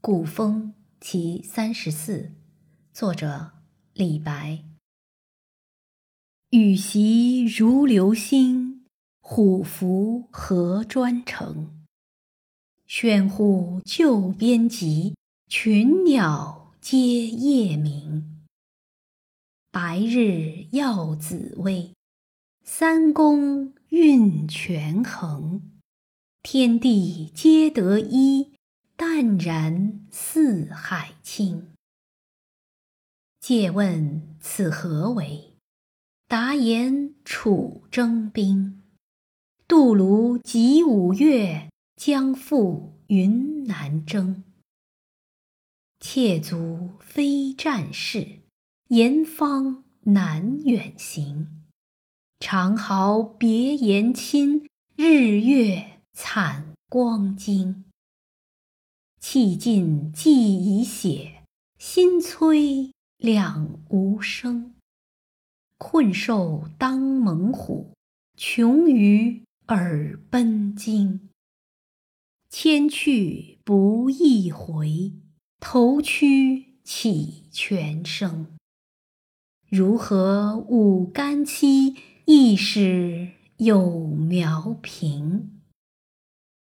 古风其34，作者李白。羽檄如流星，虎符何专程。喧呼救边急，群鸟皆夜鸣。白日耀紫薇，三公运权衡。天地皆得一，淡然四海清。借问此何为？答言楚征兵。杜庐及5月，将赴云南征。妾足非战事，严方难远行。长号别言亲，日月惨光惊。气尽既已血，心摧两无声。困兽当猛虎，穷鱼耳奔惊。千去不易回，头躯起全生。如何舞干戚，一时有苗平。